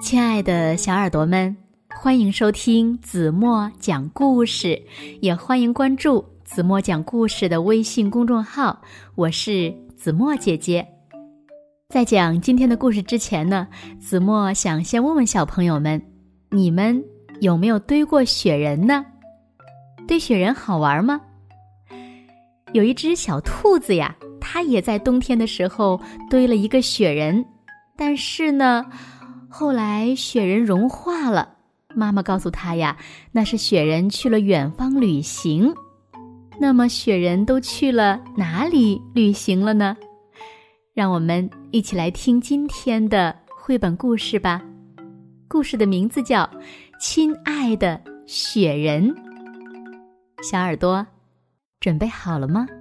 亲爱的小耳朵们，欢迎收听子墨讲故事，也欢迎关注子墨讲故事的微信公众号，我是子墨姐姐。在讲今天的故事之前呢，子墨想先问问小朋友们，你们有没有堆过雪人呢？堆雪人好玩吗？有一只小兔子呀，它也在冬天的时候堆了一个雪人，但是呢，后来雪人融化了，妈妈告诉他呀，那是雪人去了远方旅行。那么雪人都去了哪里旅行了呢？让我们一起来听今天的绘本故事吧。故事的名字叫《亲爱的雪人》。小耳朵，准备好了吗？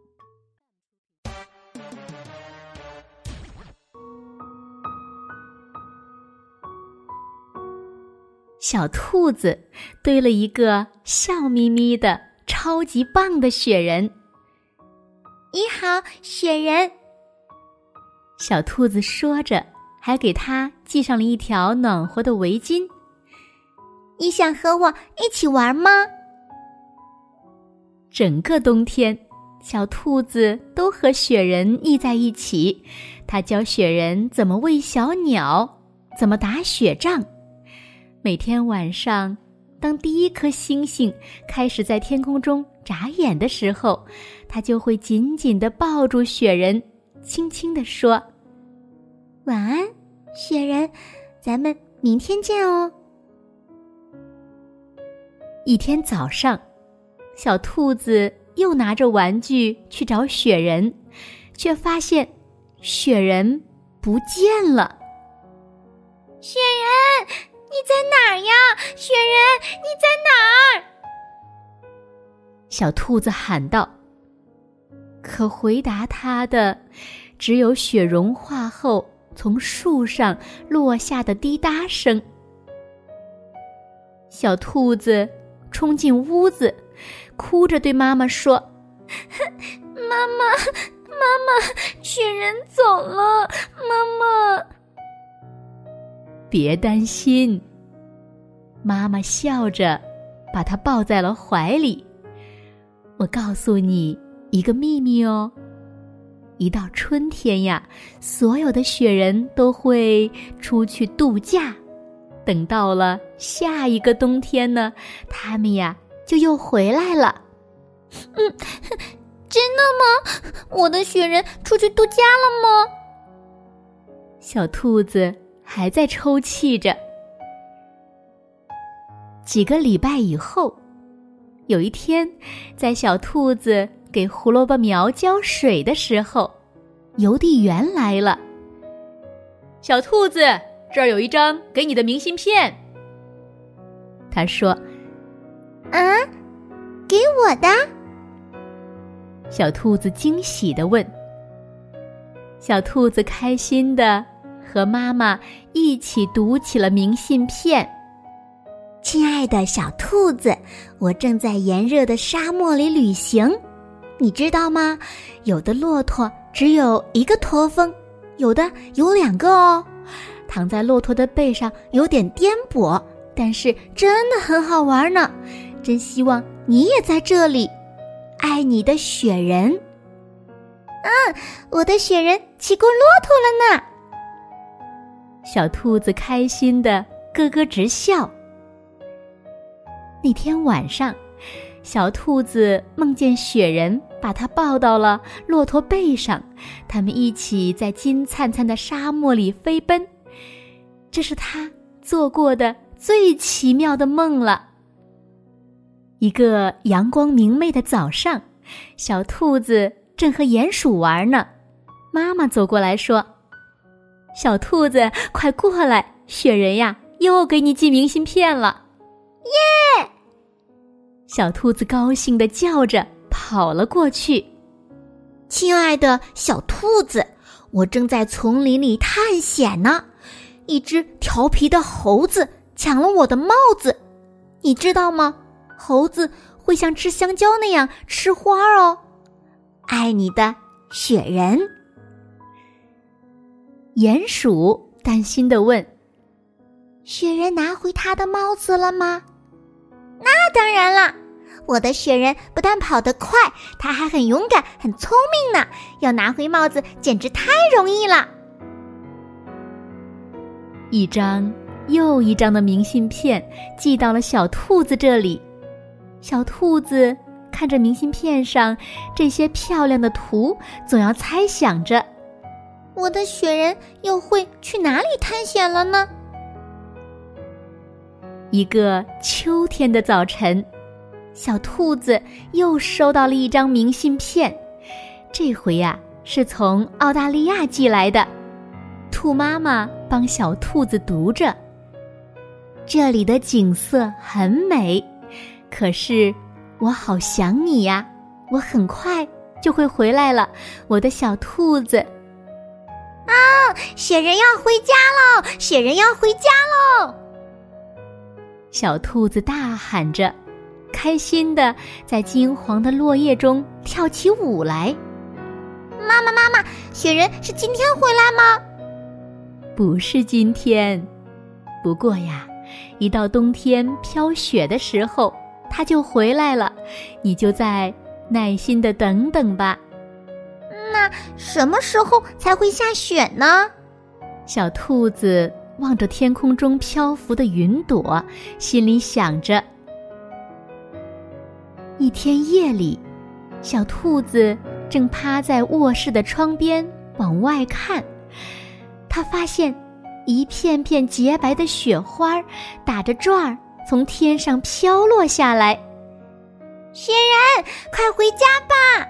小兔子堆了一个笑眯眯的超级棒的雪人。 你好，雪人。 小兔子说着，还给它系上了一条暖和的围巾。 你想和我一起玩吗？ 整个冬天，小兔子都和雪人腻在一起。它教雪人怎么喂小鸟，怎么打雪仗。每天晚上，当第一颗星星开始在天空中眨眼的时候，它就会紧紧地抱住雪人，轻轻地说： 晚安，雪人，咱们明天见哦。 一天早上，小兔子又拿着玩具去找雪人，却发现雪人不见了。 雪人，你在哪儿呀？雪人，你在哪儿？ 小兔子喊道。可回答它的只有雪融化后从树上落下的滴答声。小兔子冲进屋子，哭着对妈妈说： 妈妈，雪人走了，妈妈。 别担心，妈妈笑着把她抱在了怀里。我告诉你一个秘密哦，一到春天呀，所有的雪人都会出去度假，等到了下一个冬天呢，他们呀就又回来了。 真的吗？我的雪人出去度假了吗？ 小兔子还在抽泣着。几个礼拜以后，有一天，在小兔子给胡萝卜苗浇水的时候，邮递员来了。小兔子，这儿有一张给你的明信片。他说： 啊，给我的？ 小兔子惊喜地问。小兔子开心地和妈妈一起读起了明信片。 亲爱的小兔子，我正在炎热的沙漠里旅行，你知道吗？有的骆驼只有一个驼峰，有的有2个哦。躺在骆驼的背上有点颠簸，但是真的很好玩呢。真希望你也在这里。爱你的雪人。我的雪人骑过骆驼了呢。 小兔子开心地咯咯直笑。那天晚上，小兔子梦见雪人把它抱到了骆驼背上，他们一起在金灿灿的沙漠里飞奔。这是他做过的最奇妙的梦了。一个阳光明媚的早上，小兔子正和鼹鼠玩呢。妈妈走过来说：小兔子，快过来，雪人呀，又给你寄明信片了。 耶！ 小兔子高兴地叫着跑了过去。 亲爱的小兔子，我正在丛林里探险呢。一只调皮的猴子抢了我的帽子，你知道吗？猴子会像吃香蕉那样吃花哦。爱你的雪人。 鼹鼠担心地问： 雪人拿回他的帽子了吗？那当然了，我的雪人不但跑得快，他还很勇敢，很聪明呢。要拿回帽子简直太容易了。 一张又一张的明信片寄到了小兔子这里。小兔子看着明信片上这些漂亮的图，总要猜想着， 我的雪人又会去哪里探险了呢？ 一个秋天的早晨，小兔子又收到了一张明信片，这回呀，是从澳大利亚寄来的。兔妈妈帮小兔子读着，这里的景色很美，可是我好想你呀，我很快就会回来了，我的小兔子。 啊，雪人要回家喽！雪人要回家喽！ 小兔子大喊着，开心地在金黄的落叶中跳起舞来。 妈妈，雪人是今天回来吗？ 不是今天，不过呀，一到冬天飘雪的时候，它就回来了，你就再耐心地等等吧。 那什么时候才会下雪呢？ 小兔子望着天空中漂浮的云朵，心里想着。一天夜里，小兔子正趴在卧室的窗边往外看，它发现一片片洁白的雪花打着转儿从天上飘落下来。 雪人，快回家吧！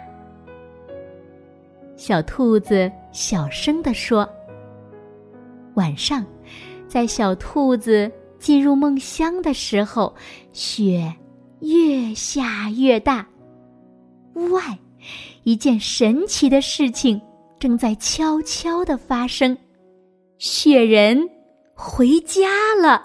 小兔子小声地说。晚上，在小兔子进入梦乡的时候，雪越下越大。屋外，一件神奇的事情正在悄悄地发生，雪人回家了。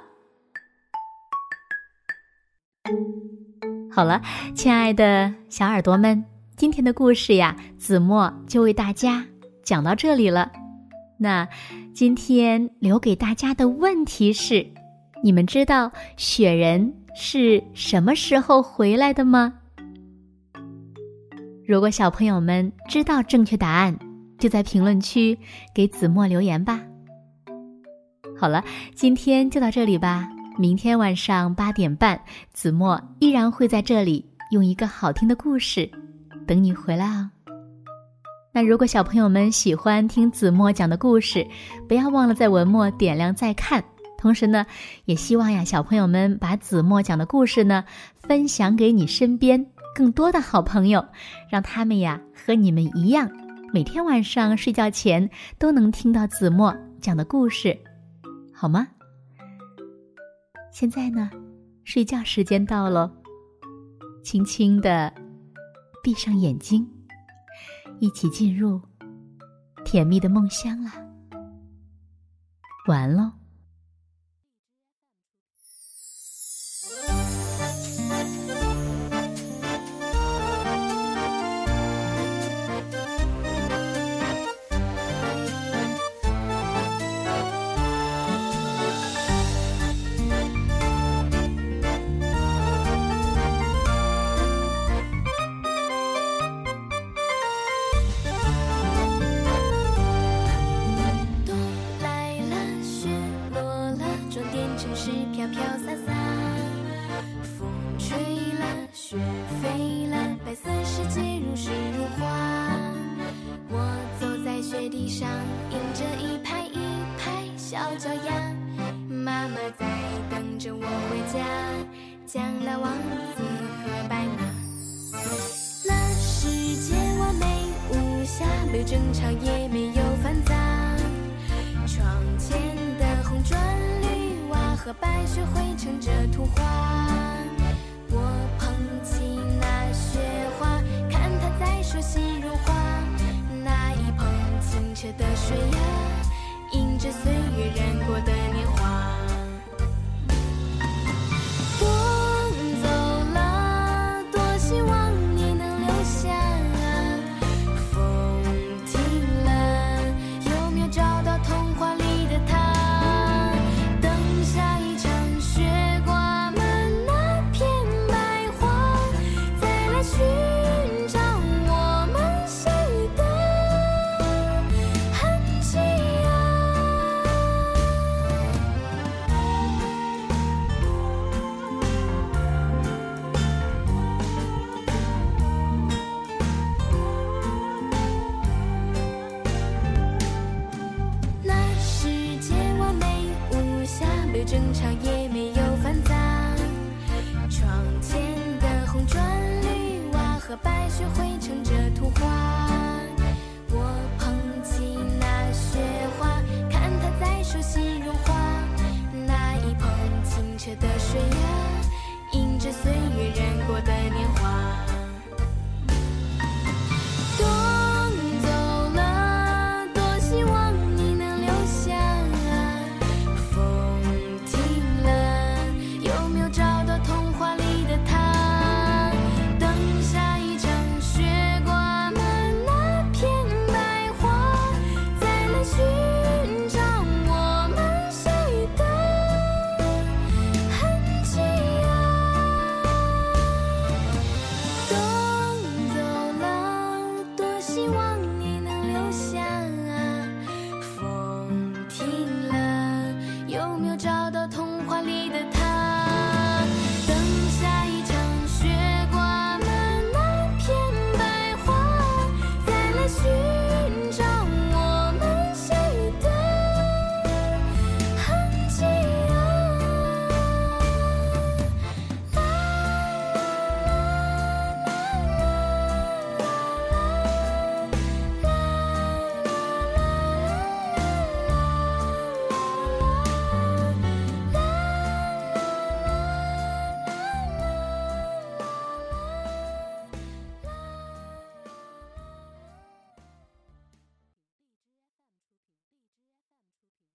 好了，亲爱的小耳朵们，今天的故事呀，子墨就为大家讲到这里了。那今天留给大家的问题是，你们知道雪人是什么时候回来的吗？如果小朋友们知道正确答案，就在评论区给子墨留言吧。好了，今天就到这里吧。明天晚上8点半，子墨依然会在这里用一个好听的故事等你回来哦。那如果小朋友们喜欢听子墨讲的故事，不要忘了在文末点亮再看。同时呢，也希望呀小朋友们把子墨讲的故事呢分享给你身边更多的好朋友，让他们呀和你们一样，每天晚上睡觉前都能听到子墨讲的故事，好吗？现在呢，睡觉时间到了，轻轻地闭上眼睛，一起进入甜蜜的梦乡啦。晚安喽。 飘飘洒洒，风吹了，雪飞了，白色世界如诗如画。我走在雪地上，迎着一排一排小脚丫，妈妈在等着我回家，将来王子和白马。那世界完美无瑕，没有争吵也没有繁杂，窗前的红砖绿瓦和白雪绘成这图画。我捧起那雪花，看它在手心如花，那一捧清澈的水呀，映着岁月染过的年华。风走了，多希望你能留下，风停了，有没有找到童话里的他？等下一争吵，也没有烦躁。窗前的红砖绿瓦和白雪绘成这图画，我捧起那